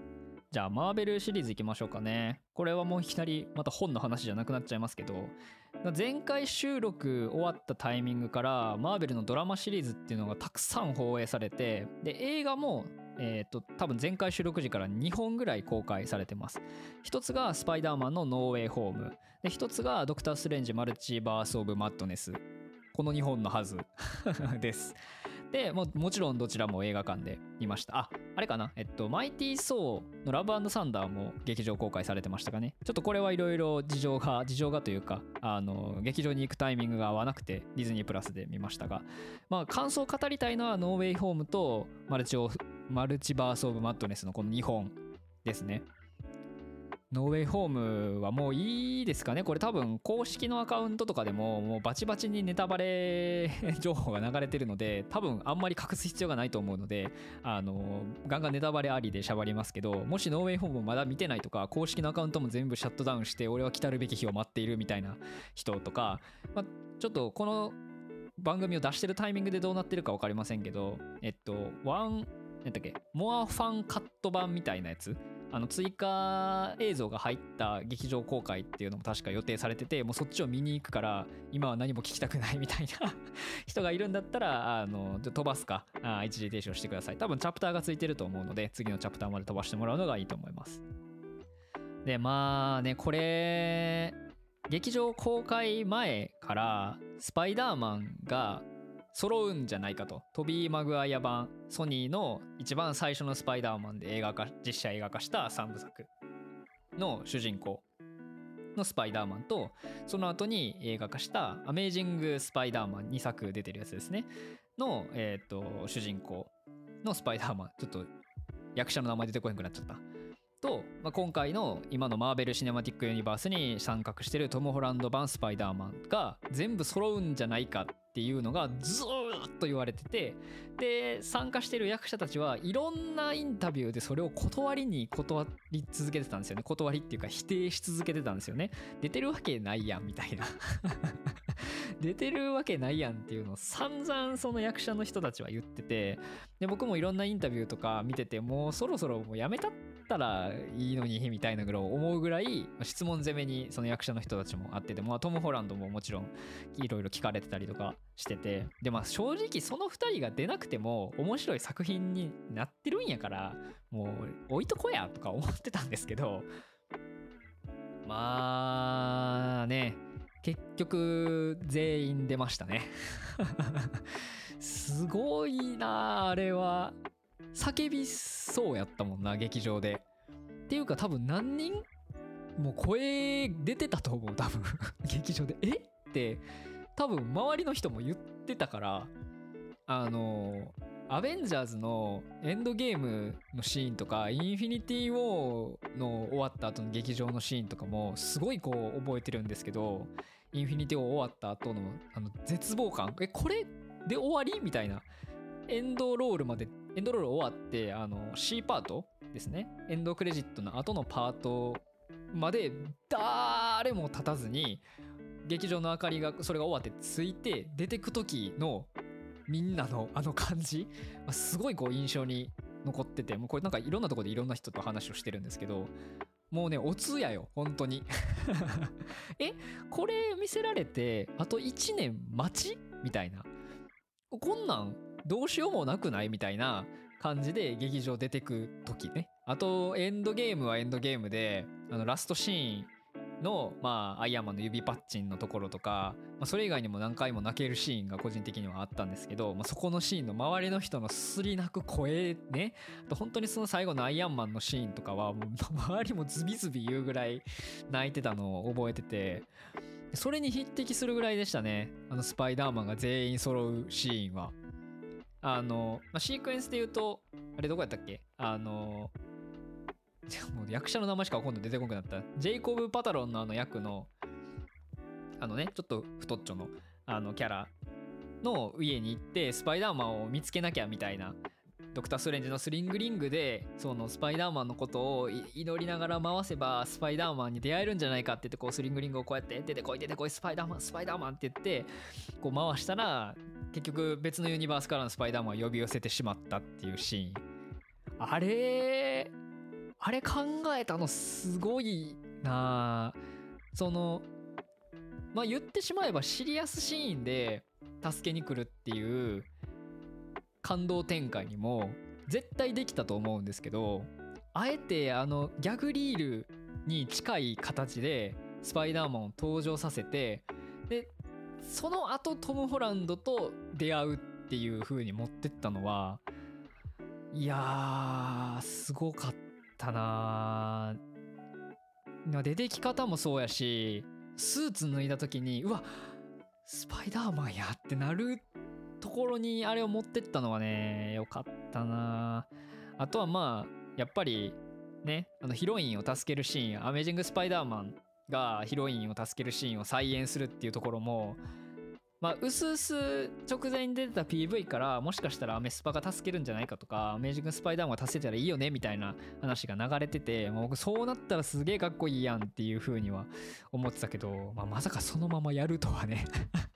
じゃあマーベルシリーズいきましょうかね。これはもういきなりまた本の話じゃなくなっちゃいますけど、前回収録終わったタイミングからマーベルのドラマシリーズっていうのがたくさん放映されて、で映画もえーと多分前回収録時からにほんぐらい公開されてます。一つがスパイダーマンのノーウェイホームで、一つがドクターストレンジマルチバースオブマッドネス、このにほんのはずですでももちろんどちらも映画館で見ました。あ、あれかな、えっとマイティー・ソーのラブ&サンダーも劇場公開されてましたかね。ちょっとこれはいろいろ事情が事情がというか、あの劇場に行くタイミングが合わなくてディズニープラスで見ましたが、まあ感想を語りたいのはノーウェイホームとマルチオマルチバースオブマッドネスのこのにほんですね。ノーウェイホームはもういいですかね。これ多分公式のアカウントとかでももうバチバチにネタバレ情報が流れてるので、多分あんまり隠す必要がないと思うので、あのガンガンネタバレありでしゃばりますけど、もしノーウェイホームをまだ見てないとか、公式のアカウントも全部シャットダウンして俺は来たるべき日を待っているみたいな人とか、まあ、ちょっとこの番組を出してるタイミングでどうなってるか分かりませんけど、えっとワンなんだっけモアファンカット版みたいなやつ、あの追加映像が入った劇場公開っていうのも確か予定されてて、もうそっちを見に行くから今は何も聞きたくないみたいな人がいるんだったら、あの飛ばすかあ一時停止をしてください。多分チャプターがついてると思うので、次のチャプターまで飛ばしてもらうのがいいと思います。でまあね、これ劇場公開前からスパイダーマンが揃うんじゃないかと。トビー・マグワイア版、ソニーの一番最初のスパイダーマンで映画化実写映画化したさんぶさくの主人公のスパイダーマンと、その後に映画化したアメージング・スパイダーマンにさく出てるやつですねの、えー、と主人公のスパイダーマン、ちょっと役者の名前出てこなくなっちゃったと、まあ、今回の今のマーベル・シネマティック・ユニバースに参画してるトム・ホランド版スパイダーマンが全部揃うんじゃないかっていうのがずーっと言われてて、で参加してる役者たちはいろんなインタビューでそれを断りに断り続けてたんですよね。断りっていうか否定し続けてたんですよね。出てるわけないやんみたいな出てるわけないやんっていうのを散々その役者の人たちは言ってて、で僕もいろんなインタビューとか見てて、もうそろそろもうやめたったらいいのにみたいなぐらい思うぐらい質問攻めにその役者の人たちもあってて、まあ、トム・ホランドももちろんいろいろ聞かれてたりとかしてて、でまあ正直そのふたりが出なくても面白い作品になってるんやからもう置いとこやとか思ってたんですけど、まあね結局全員出ましたねすごいなあれは。叫びそうやったもんな劇場で。っていうか多分何人もう声出てたと思う多分劇場でえって多分周りの人も言ってたから、あのアベンジャーズのエンドゲームのシーンとかインフィニティ・ウォーの終わった後の劇場のシーンとかもすごいこう覚えてるんですけど、インフィニティ・ウォー終わった後のあの絶望感、えこれで終わりみたいな。エンドロールまでエンドロール終わってあの C パートですね、エンドクレジットの後のパートまで誰も立たずに劇場の明かりがそれが終わってついて出てく時のみんなのあの感じすごいこう印象に残ってて、もうこれなんかいろんなところでいろんな人と話をしてるんですけど、もうねお通夜よ本当にえこれ見せられてあといちねん待ちみたいな、こんなんどうしようもなくないみたいな感じで劇場出てく時ね。あとエンドゲームはエンドゲームであのラストシーンのまあアイアンマンの指パッチンのところとか、まあ、それ以外にも何回も泣けるシーンが個人的にはあったんですけど、まあ、そこのシーンの周りの人のすり泣く声ね、あと本当にその最後のアイアンマンのシーンとかはもう周りもズビズビ言うぐらい泣いてたのを覚えてて、それに匹敵するぐらいでしたね、あのスパイダーマンが全員揃うシーンは。あの、まあ、シークエンスで言うとあれどこやったっけ、あのもう役者の名前しか今度出てこなくなった。ジェイコブ・パタロンのあの役のあのねちょっと太っちょのあのキャラの家に行ってスパイダーマンを見つけなきゃみたいな、ドクター・ストレンジのスリングリングでそのスパイダーマンのことを祈りながら回せばスパイダーマンに出会えるんじゃないかって言って、こうスリングリングをこうやって出てこい出てこいスパイダーマンスパイダーマンって言ってこう回したら結局別のユニバースからのスパイダーマンを呼び寄せてしまったっていうシーン、あれあれ考えたのすごいな。そのまあ言ってしまえばシリアスシーンで助けに来るっていう感動展開にも絶対できたと思うんですけど、あえてあのギャグリールに近い形でスパイダーマンを登場させて、でその後トム・ホランドと出会うっていう風に持ってったのは、いやーすごかったな。出てき方もそうやし、スーツ脱いだ時にうわスパイダーマンやってなるところにあれを持ってったのはね、よかったな。あとはまあやっぱりね、あのヒロインを助けるシーン、アメージングスパイダーマンがヒロインを助けるシーンを再現するっていうところも、まあうすうす直前に出てた ピーブイ からもしかしたらアメスパが助けるんじゃないかとか、アメージングスパイダーマンが助けたらいいよねみたいな話が流れてて、もう僕そうなったらすげえかっこいいやんっていう風には思ってたけど、まあ、まさかそのままやるとはね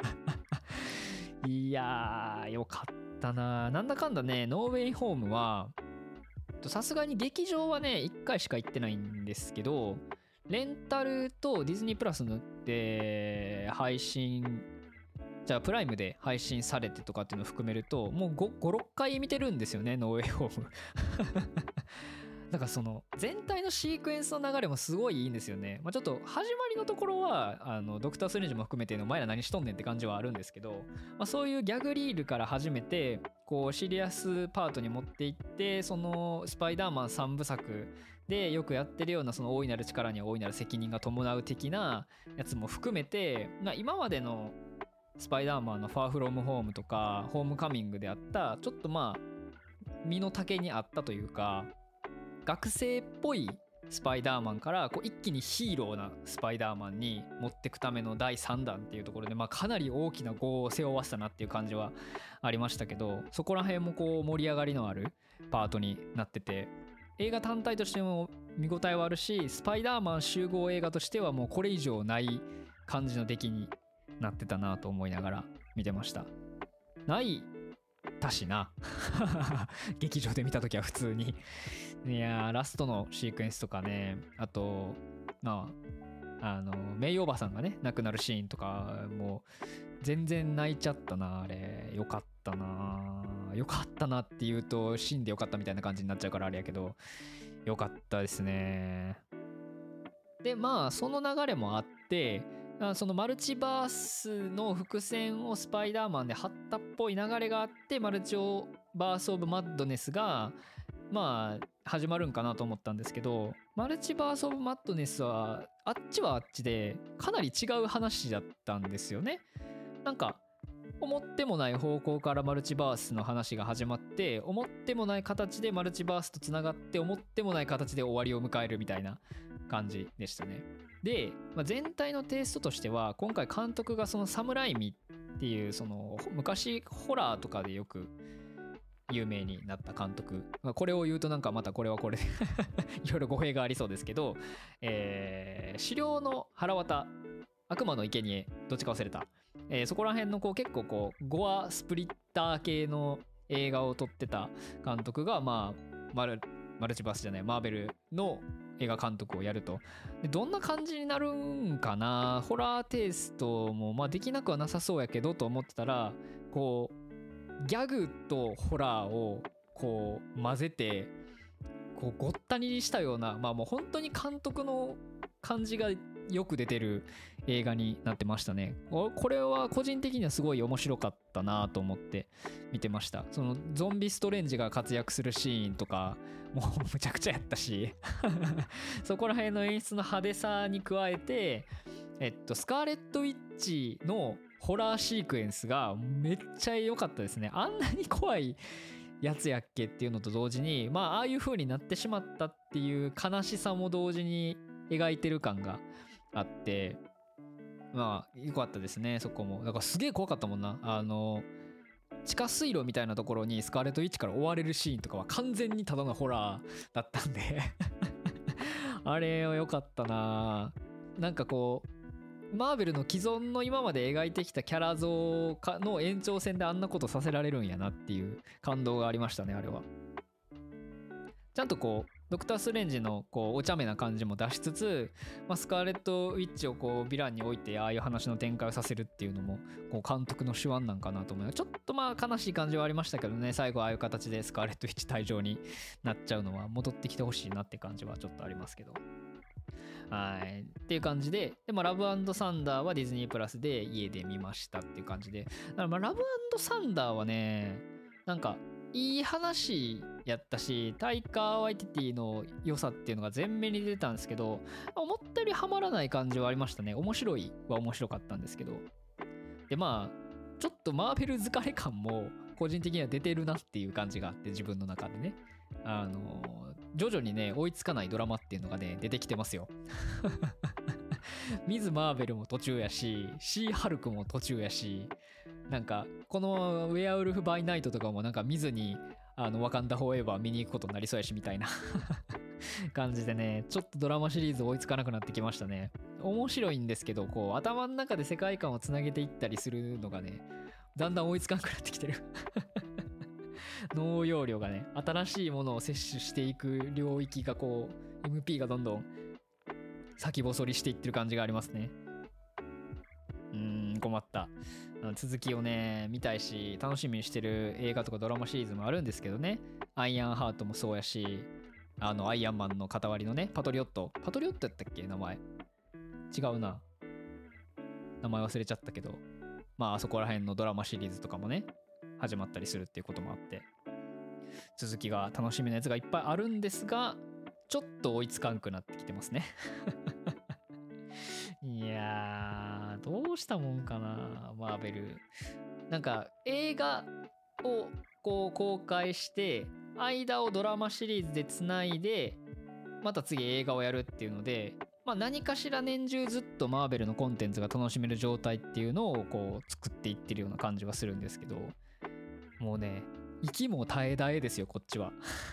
いやーよかったな。なんだかんだね、ノーウェイホームはさすがに劇場はねいっかいしか行ってないんですけど、レンタルとディズニープラスで配信、じゃあプライムで配信されてとかっていうのを含めるともうご、ろっかい見てるんですよね、ノーウェイホームだからその全体のシークエンスの流れもすごいいいんですよね。まあ、ちょっと始まりのところはあのドクター・ストレンジも含めてお前ら何しとんねんって感じはあるんですけど、まあ、そういうギャグリールから始めてこうシリアスパートに持っていって、そのスパイダーマンさんぶさくでよくやってるようなその大いなる力には大いなる責任が伴う的なやつも含めて、まあ、今までのスパイダーマンのファーフロムホームとかホームカミングであったちょっとまあ身の丈にあったというか、学生っぽいスパイダーマンからこう一気にヒーローなスパイダーマンに持ってくためのだいさんだんっていうところで、まあかなり大きな業を背負わせたなっていう感じはありましたけど、そこら辺もこう盛り上がりのあるパートになってて、映画単体としても見応えはあるし、スパイダーマン集合映画としてはもうこれ以上ない感じの出来になってたなと思いながら見てました。ないたしな劇場で見た時は普通にいやーラストのシークエンスとかね、あとまああのメイおばさんがね亡くなるシーンとかもう全然泣いちゃったな。あれよかったな、よかったなって言うと死んでよかったみたいな感じになっちゃうからあれやけど、よかったですね。でまあその流れもあって、そのマルチバースの伏線をスパイダーマンで張ったっぽい流れがあって、マルチバースオブマッドネスがまあ始まるんかなと思ったんですけど、マルチバースオブマッドネスはあっちはあっちでかなり違う話だったんですよね。なんか思ってもない方向からマルチバースの話が始まって、思ってもない形でマルチバースとつながって、思ってもない形で終わりを迎えるみたいな感じでしたね。で、まあ、全体のテイストとしては今回監督がそのサムライミっていうその昔ホラーとかでよく有名になった監督、まあ、これを言うとなんかまたこれはこれでいろいろ語弊がありそうですけど、えー、狩猟の腹渡、悪魔の生贄どっちか忘れた、えー、そこら辺のこう結構こうゴアスプリッター系の映画を撮ってた監督がまあマルマルチバースじゃないマーベルの映画監督をやると。でどんな感じになるんかな、ホラーテイストもまあできなくはなさそうやけどと思ってたら、こうギャグとホラーをこう混ぜてこうごったにしたような、まあもう本当に監督の感じがよく出てる映画になってましたね。これは個人的にはすごい面白かったなと思って見てました。そのゾンビストレンジが活躍するシーンとかもうむちゃくちゃやったしそこら辺の演出の派手さに加えて、えっとスカーレット・ウィッチのホラーシークエンスがめっちゃ良かったですね。あんなに怖いやつやっけっていうのと同時に、まあああいう風になってしまったっていう悲しさも同時に描いてる感があって、まあ良かったですね。そこもだからすげえ怖かったもんな。あの地下水路みたいなところにスカーレット・ウィッチから追われるシーンとかは完全にただのホラーだったんであれは良かったな。なんかこうマーベルの既存の今まで描いてきたキャラ像の延長線であんなことさせられるんやなっていう感動がありましたね。あれはちゃんとこうドクター・ストレンジのこうお茶目な感じも出しつつ、まあ、スカーレット・ウィッチをこうヴィランに置いてああいう話の展開をさせるっていうのもこう監督の手腕なんかなと思います。ちょっとまあ悲しい感じはありましたけどね、最後ああいう形でスカーレット・ウィッチ退場になっちゃうのは戻ってきてほしいなって感じはちょっとありますけど、はいっていう感じで、でもラブ&サンダーはディズニープラスで家で見ましたっていう感じで、だからまあラブ&サンダーはね、なんかいい話やったし、タイカー・ワイティティの良さっていうのが前面に出てたんですけど、思ったよりハマらない感じはありましたね。面白いは面白かったんですけど、でまあちょっとマーベル疲れ感も個人的には出てるなっていう感じがあって、自分の中でね、あの徐々にね追いつかないドラマっていうのがね出てきてますよ。ミズ・マーベルも途中やし、シー・ハルクも途中やし、なんかこのウェアウルフ・バイ・ナイトとかもなんか見ずにあのワカンダ・フォーエバー見に行くことになりそうやしみたいな感じでね、ちょっとドラマシリーズ追いつかなくなってきましたね。面白いんですけど、こう頭の中で世界観をつなげていったりするのがねだんだん追いつかなくなってきてる脳容量がね、新しいものを摂取していく領域がこう エムピー がどんどん先細りしていってる感じがありますね。うーん困った。続きをね見たいし楽しみにしてる映画とかドラマシリーズもあるんですけどね、アイアンハートもそうやし、あのアイアンマンの片割りのねパトリオットパトリオットやったっけ名前、違うな、名前忘れちゃったけど、まああそこら辺のドラマシリーズとかもね始まったりするっていうこともあって、続きが楽しみなやつがいっぱいあるんですが、ちょっと追いつかんくなってきてますね。いやーどうしたもんかなマーベル。なんか映画をこう公開して間をドラマシリーズでつないでまた次映画をやるっていうので、まあ何かしら年中ずっとマーベルのコンテンツが楽しめる状態っていうのをこう作っていってるような感じはするんですけど、もうね息も絶え絶えですよこっちは。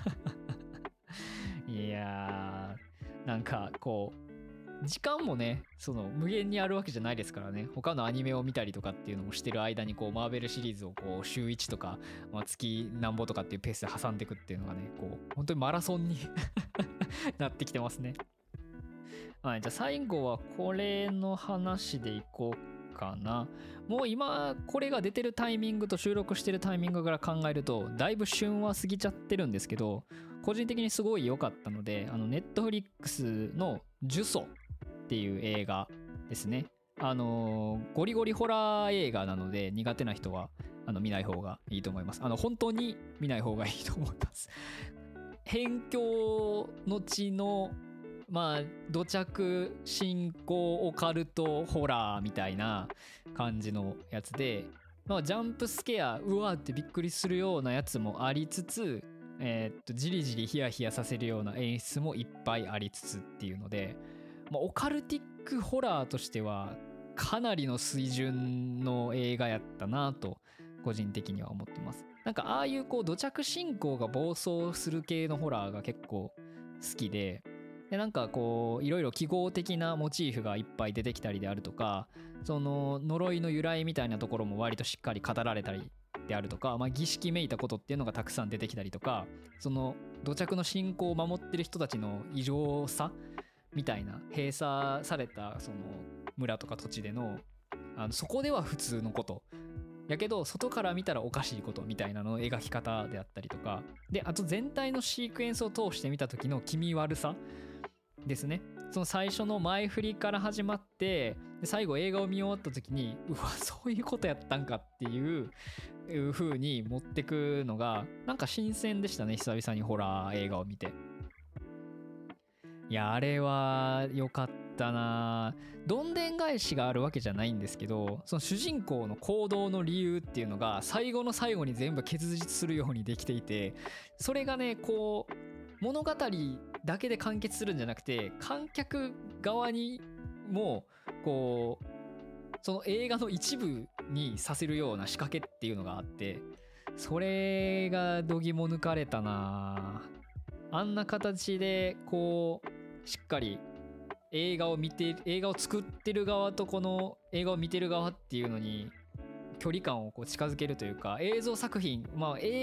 いやーなんかこう時間もねその無限にあるわけじゃないですからね、他のアニメを見たりとかっていうのもしてる間にこうマーベルシリーズをこう週いちとか、まあ、月何ぼとかっていうペースで挟んでいくっていうのがねこう本当にマラソンになってきてますね。はい、じゃあ最後はこれの話でいこうかな。もう今これが出てるタイミングと収録してるタイミングから考えるとだいぶ旬は過ぎちゃってるんですけど、個人的にすごい良かったので、あのネットフリックスの呪詛っていう映画ですね。あのー、ゴリゴリホラー映画なので苦手な人はあの見ない方がいいと思います。あの本当に見ない方がいいと思います。辺境の地のまあ土着信仰オカルトホラーみたいな感じのやつで、まあジャンプスケアうわーってびっくりするようなやつもありつつ、えー、っとじりじりヒヤヒヤさせるような演出もいっぱいありつつっていうので、まあ、オカルティックホラーとしてはかなりの水準の映画やったなと個人的には思ってます。なんかああいうこう土着信仰が暴走する系のホラーが結構好きで、でなんかこういろいろ記号的なモチーフがいっぱい出てきたりであるとか、その呪いの由来みたいなところも割としっかり語られたりであるとか、まあ、儀式めいたことっていうのがたくさん出てきたりとか、その土着の信仰を守ってる人たちの異常さみたいな、閉鎖されたその村とか土地での、あのそこでは普通のことやけど外から見たらおかしいことみたいなの描き方であったりとかで、あと全体のシークエンスを通して見た時の気味悪さですね。その最初の前振りから始まって最後映画を見終わった時にうわそういうことやったんかっていう風に持ってくのがなんか新鮮でしたね、久々にホラー映画を見て。いやあれは良かったな。どんでん返しがあるわけじゃないんですけど、その主人公の行動の理由っていうのが最後の最後に全部結実するようにできていて、それがねこう物語だけで完結するんじゃなくて観客側にもこうその映画の一部にさせるような仕掛けっていうのがあって、それが度肝抜かれたな。あんな形でこうしっかり映画を見て映画を作ってる側とこの映画を見てる側っていうのに距離感をこう近づけるというか、映像作品、まあ映画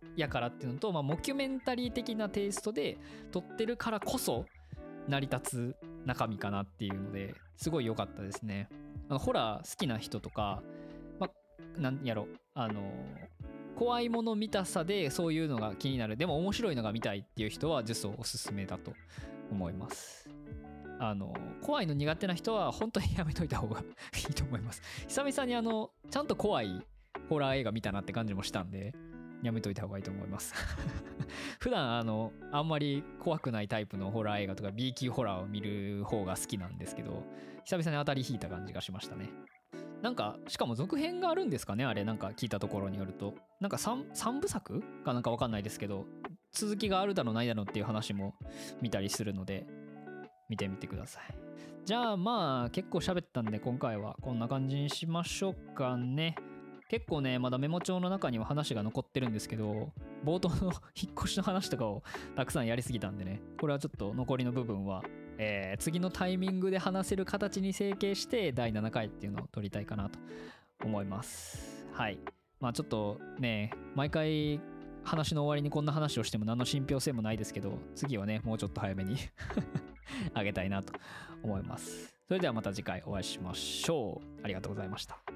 やからっていうのと、まあ、モキュメンタリー的なテイストで撮ってるからこそ成り立つ中身かなっていうのですごい良かったですね。あのホラー好きな人とか、まあ、なんやろあの怖いもの見たさでそういうのが気になる、でも面白いのが見たいっていう人はジュスをおすすめだと思います。あの怖いの苦手な人は本当にやめといた方がいいと思います。久々にあのちゃんと怖いホラー映画見たなって感じもしたんで、やめといた方がいいと思います普段あのあんまり怖くないタイプのホラー映画とか B 級ホラーを見る方が好きなんですけど、久々に当たり引いた感じがしましたね。なんかしかも続編があるんですかね、あれ。なんか聞いたところによるとなんか 3, 3部作かなんか分かんないですけど、続きがあるだろうないだろうっていう話も見たりするので見てみてください。じゃあまあ結構喋ったんで今回はこんな感じにしましょうかね。結構ねまだメモ帳の中には話が残ってるんですけど、冒頭の引っ越しの話とかをたくさんやりすぎたんでね、これはちょっと残りの部分は、えー、次のタイミングで話せる形に整形してだいななかいっていうのを撮りたいかなと思います。はい。まあちょっとね毎回話の終わりにこんな話をしても何の信憑性もないですけど、次はねもうちょっと早めにあげたいなと思います。それではまた次回お会いしましょう。ありがとうございました。